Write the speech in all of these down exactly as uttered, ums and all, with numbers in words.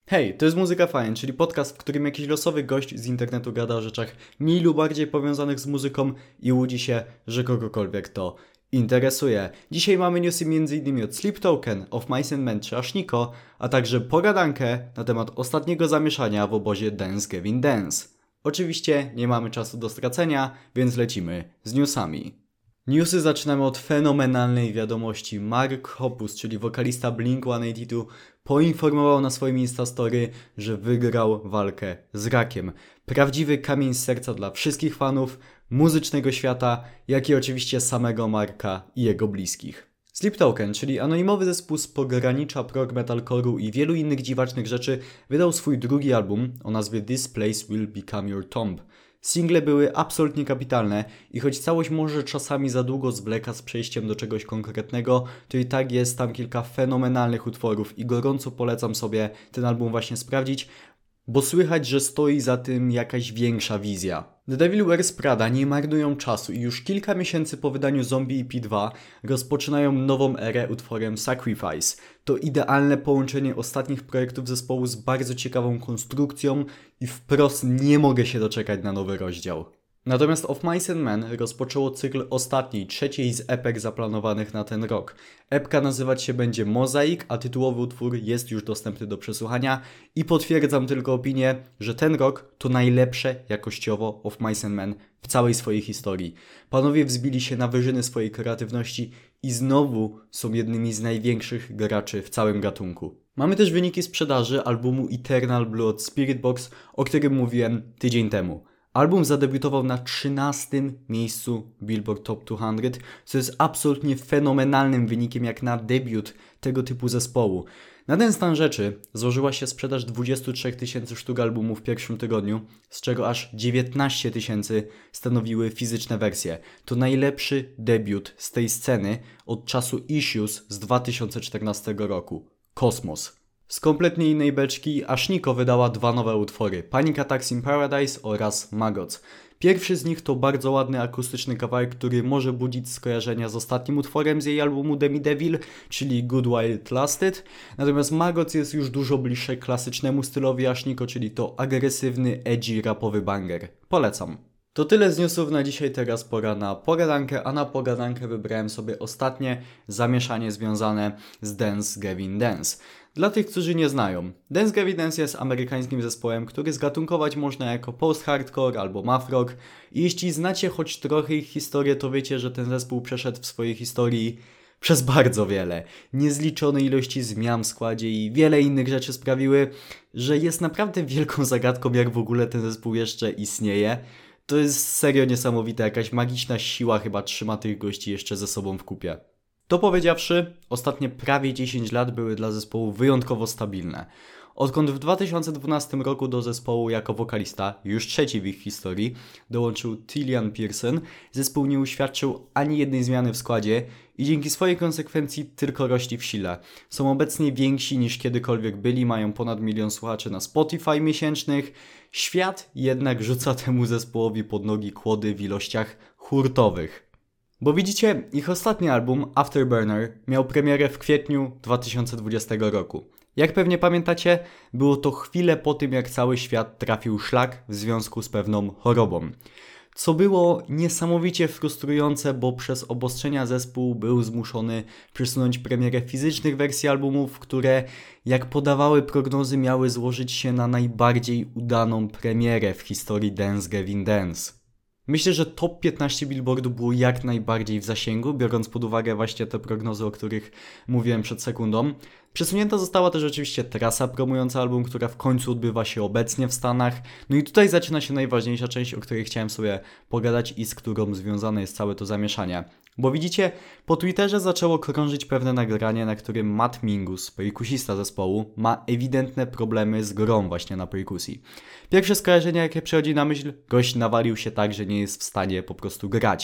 Hej, to jest Muzyka Fajn, czyli podcast, w którym jakiś losowy gość z internetu gada o rzeczach mniej lub bardziej powiązanych z muzyką i łudzi się, że kogokolwiek to interesuje. Dzisiaj mamy newsy m.in. od Sleep Token, Of Mice and Men czy Ashniko, a także pogadankę na temat ostatniego zamieszania w obozie Dance Gavin Dance. Oczywiście nie mamy czasu do stracenia, więc lecimy z newsami. Newsy zaczynamy od fenomenalnej wiadomości. Mark Hoppus, czyli wokalista Blink sto osiemdziesiąt dwa, poinformował na swoim Instastory, że wygrał walkę z rakiem. Prawdziwy kamień z serca dla wszystkich fanów muzycznego świata, jak i oczywiście samego Marka i jego bliskich. Sleep Token, czyli anonimowy zespół z pogranicza prog metalcore'u i wielu innych dziwacznych rzeczy, wydał swój drugi album o nazwie This Place Will Become Your Tomb. Single były absolutnie kapitalne i choć całość może czasami za długo zwleka z przejściem do czegoś konkretnego, to i tak jest tam kilka fenomenalnych utworów i gorąco polecam sobie ten album właśnie sprawdzić, bo słychać, że stoi za tym jakaś większa wizja. The Devil Wears Prada nie marnują czasu i już kilka miesięcy po wydaniu Zombie E P dwa rozpoczynają nową erę utworem Sacrifice. To idealne połączenie ostatnich projektów zespołu z bardzo ciekawą konstrukcją i wprost nie mogę się doczekać na nowy rozdział. Natomiast Of Mice and Men rozpoczęło cykl ostatniej, trzeciej z epek zaplanowanych na ten rok. Epka nazywać się będzie Mozaik, a tytułowy utwór jest już dostępny do przesłuchania i potwierdzam tylko opinię, że ten rok to najlepsze jakościowo Of Mice and Men w całej swojej historii. Panowie wzbili się na wyżyny swojej kreatywności i znowu są jednymi z największych graczy w całym gatunku. Mamy też wyniki sprzedaży albumu Eternal Blue od Spiritbox, o którym mówiłem tydzień temu. Album zadebiutował na trzynastym miejscu Billboard Top dwieście, co jest absolutnie fenomenalnym wynikiem jak na debiut tego typu zespołu. Na ten stan rzeczy złożyła się sprzedaż dwadzieścia trzy tysięcy sztuk albumu w pierwszym tygodniu, z czego aż dziewiętnaście tysięcy stanowiły fizyczne wersje. To najlepszy debiut z tej sceny od czasu Issues z dwa tysiące czternastego roku. Kosmos. Z kompletnie innej beczki Ashniko wydała dwa nowe utwory, Panic Attacks in Paradise oraz Maggots. Pierwszy z nich to bardzo ładny akustyczny kawałek, który może budzić skojarzenia z ostatnim utworem z jej albumu Demi Devil, czyli Good While It Lasted. Natomiast Maggots jest już dużo bliższy klasycznemu stylowi Ashniko, czyli to agresywny, edgy, rapowy banger. Polecam. To tyle z newsów na dzisiaj, teraz pora na pogadankę, a na pogadankę wybrałem sobie ostatnie zamieszanie związane z Dance Gavin Dance. Dla tych, którzy nie znają, Dance Gavin Dance jest amerykańskim zespołem, który zgatunkować można jako post-hardcore albo math rock i jeśli znacie choć trochę ich historię, to wiecie, że ten zespół przeszedł w swojej historii przez bardzo wiele. Niezliczone ilości zmian w składzie i wiele innych rzeczy sprawiły, że jest naprawdę wielką zagadką, jak w ogóle ten zespół jeszcze istnieje. To jest serio niesamowite, jakaś magiczna siła chyba trzyma tych gości jeszcze ze sobą w kupie. To powiedziawszy, ostatnie prawie dziesięć lat były dla zespołu wyjątkowo stabilne. Odkąd w dwa tysiące dwunastym roku do zespołu jako wokalista, już trzeci w ich historii, dołączył Tillian Pearson, zespół nie uświadczył ani jednej zmiany w składzie i dzięki swojej konsekwencji tylko rośli w sile. Są obecnie więksi niż kiedykolwiek byli, mają ponad milion słuchaczy na Spotify miesięcznych. Świat jednak rzuca temu zespołowi pod nogi kłody w ilościach hurtowych. Bo widzicie, ich ostatni album, Afterburner, miał premierę w kwietniu dwa tysiące dwudziestego roku. Jak pewnie pamiętacie, było to chwilę po tym, jak cały świat trafił szlak w związku z pewną chorobą. Co było niesamowicie frustrujące, bo przez obostrzenia zespół był zmuszony przesunąć premierę fizycznych wersji albumów, które, jak podawały prognozy, miały złożyć się na najbardziej udaną premierę w historii Dance Gavin Dance. Myślę, że top piętnaście Billboardu było jak najbardziej w zasięgu, biorąc pod uwagę właśnie te prognozy, o których mówiłem przed sekundą. Przesunięta została też oczywiście trasa promująca album, która w końcu odbywa się obecnie w Stanach. No i tutaj zaczyna się najważniejsza część, o której chciałem sobie pogadać i z którą związane jest całe to zamieszanie. Bo widzicie, po Twitterze zaczęło krążyć pewne nagranie, na którym Matt Mingus, perkusista zespołu, ma ewidentne problemy z grą właśnie na perkusji. Pierwsze skojarzenie, jakie przychodzi na myśl, gość nawalił się tak, że nie jest w stanie po prostu grać.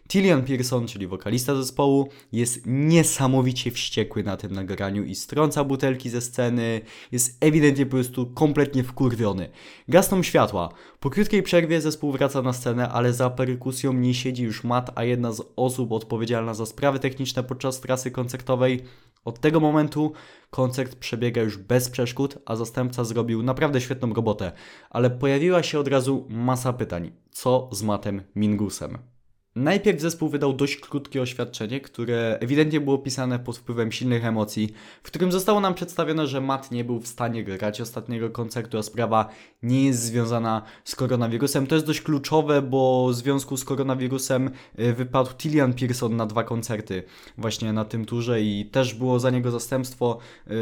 Tillian Pearson, czyli wokalista zespołu, jest niesamowicie wściekły na tym nagraniu i strąca butelki ze sceny, jest ewidentnie po prostu kompletnie wkurwiony. Gasną światła. Po krótkiej przerwie zespół wraca na scenę, ale za perykusją nie siedzi już Matt, a jedna z osób odpowiedzialna za sprawy techniczne podczas trasy koncertowej. Od tego momentu koncert przebiega już bez przeszkód, a zastępca zrobił naprawdę świetną robotę, ale pojawiła się od razu masa pytań. Co z Mattem Mingusem? Najpierw zespół wydał dość krótkie oświadczenie, które ewidentnie było pisane pod wpływem silnych emocji, w którym zostało nam przedstawione, że Matt nie był w stanie grać ostatniego koncertu, a sprawa nie jest związana z koronawirusem. To jest dość kluczowe, bo w związku z koronawirusem wypadł Tillian Pearson na dwa koncerty właśnie na tym turze i też było za niego zastępstwo.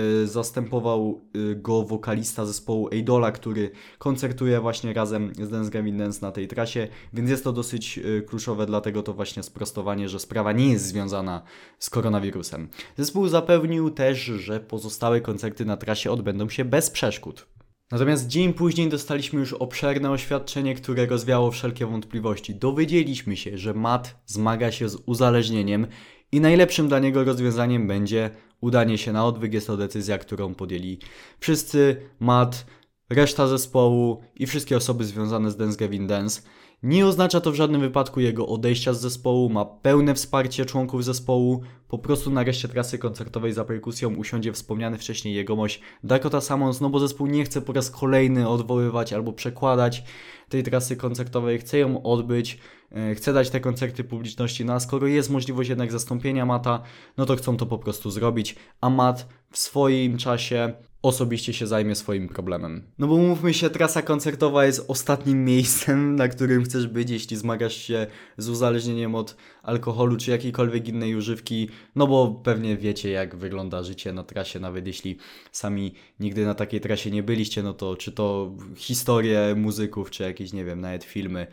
Zastępował go wokalista zespołu Eidola, który koncertuje właśnie razem z Dance Gavin Dance na tej trasie, więc jest to dosyć kluczowe dla Dlatego to właśnie sprostowanie, że sprawa nie jest związana z koronawirusem. Zespół zapewnił też, że pozostałe koncerty na trasie odbędą się bez przeszkód. Natomiast dzień później dostaliśmy już obszerne oświadczenie, które rozwiało wszelkie wątpliwości. Dowiedzieliśmy się, że Matt zmaga się z uzależnieniem i najlepszym dla niego rozwiązaniem będzie udanie się na odwyk. Jest to decyzja, którą podjęli wszyscy, Matt, reszta zespołu i wszystkie osoby związane z Dance Gavin Dance. Nie oznacza to w żadnym wypadku jego odejścia z zespołu, ma pełne wsparcie członków zespołu. Po prostu na reszcie trasy koncertowej za perkusją usiądzie wspomniany wcześniej jegomość Dakota Summons, no bo zespół nie chce po raz kolejny odwoływać albo przekładać tej trasy koncertowej, chce ją odbyć, chce dać te koncerty publiczności, no a skoro jest możliwość jednak zastąpienia Matta, no to chcą to po prostu zrobić, a Matt w swoim czasie osobiście się zajmie swoim problemem. No bo mówmy się, trasa koncertowa jest ostatnim miejscem, na którym chcesz być, jeśli zmagasz się z uzależnieniem od alkoholu czy jakiejkolwiek innej używki, no bo pewnie wiecie, jak wygląda życie na trasie, nawet jeśli sami nigdy na takiej trasie nie byliście, no to czy to historie muzyków, czy jakieś, nie wiem, nawet filmy,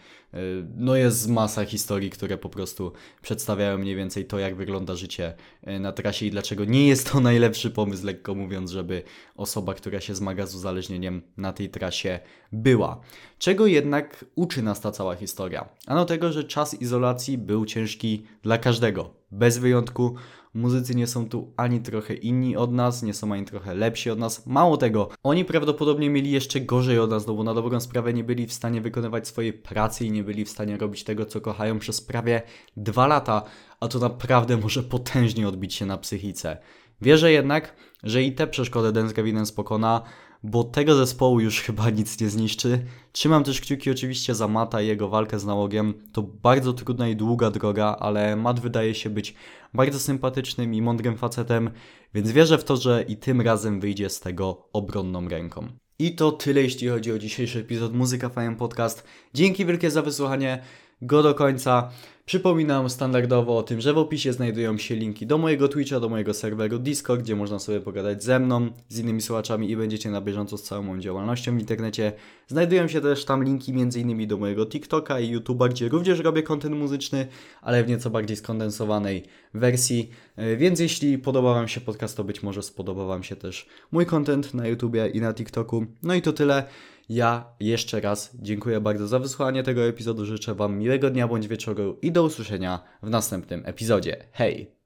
no jest masa historii, które po prostu przedstawiają mniej więcej to, jak wygląda życie na trasie i dlaczego nie jest to najlepszy pomysł, lekko mówiąc, żeby osoba, która się zmaga z uzależnieniem na tej trasie była. Czego jednak uczy nas ta cała historia? Ano tego, że czas izolacji był ciężki dla każdego, bez wyjątku. Muzycy nie są tu ani trochę inni od nas, nie są ani trochę lepsi od nas. Mało tego, oni prawdopodobnie mieli jeszcze gorzej od nas, no bo na dobrą sprawę nie byli w stanie wykonywać swojej pracy i nie byli w stanie robić tego, co kochają przez prawie dwa lata, a to naprawdę może potężnie odbić się na psychice. Wierzę jednak, że i tę przeszkodę Dance Gavin Dance pokona, bo tego zespołu już chyba nic nie zniszczy. Trzymam też kciuki oczywiście za Matta i jego walkę z nałogiem. To bardzo trudna i długa droga, ale Matt wydaje się być bardzo sympatycznym i mądrym facetem, więc wierzę w to, że i tym razem wyjdzie z tego obronną ręką. I to tyle, jeśli chodzi o dzisiejszy epizod Muzyka F M Podcast. Dzięki wielkie za wysłuchanie go do końca. Przypominam standardowo o tym, że w opisie znajdują się linki do mojego Twitcha, do mojego serweru Discord, gdzie można sobie pogadać ze mną, z innymi słuchaczami i będziecie na bieżąco z całą moją działalnością w internecie. Znajdują się też tam linki m.in. do mojego TikToka i YouTube'a, gdzie również robię content muzyczny, ale w nieco bardziej skondensowanej wersji. Więc jeśli podoba Wam się podcast, to być może spodoba Wam się też mój content na YouTubie i na TikToku. No i to tyle. Ja jeszcze raz dziękuję bardzo za wysłuchanie tego epizodu. Życzę Wam miłego dnia bądź wieczoru i do usłyszenia w następnym epizodzie. Hej!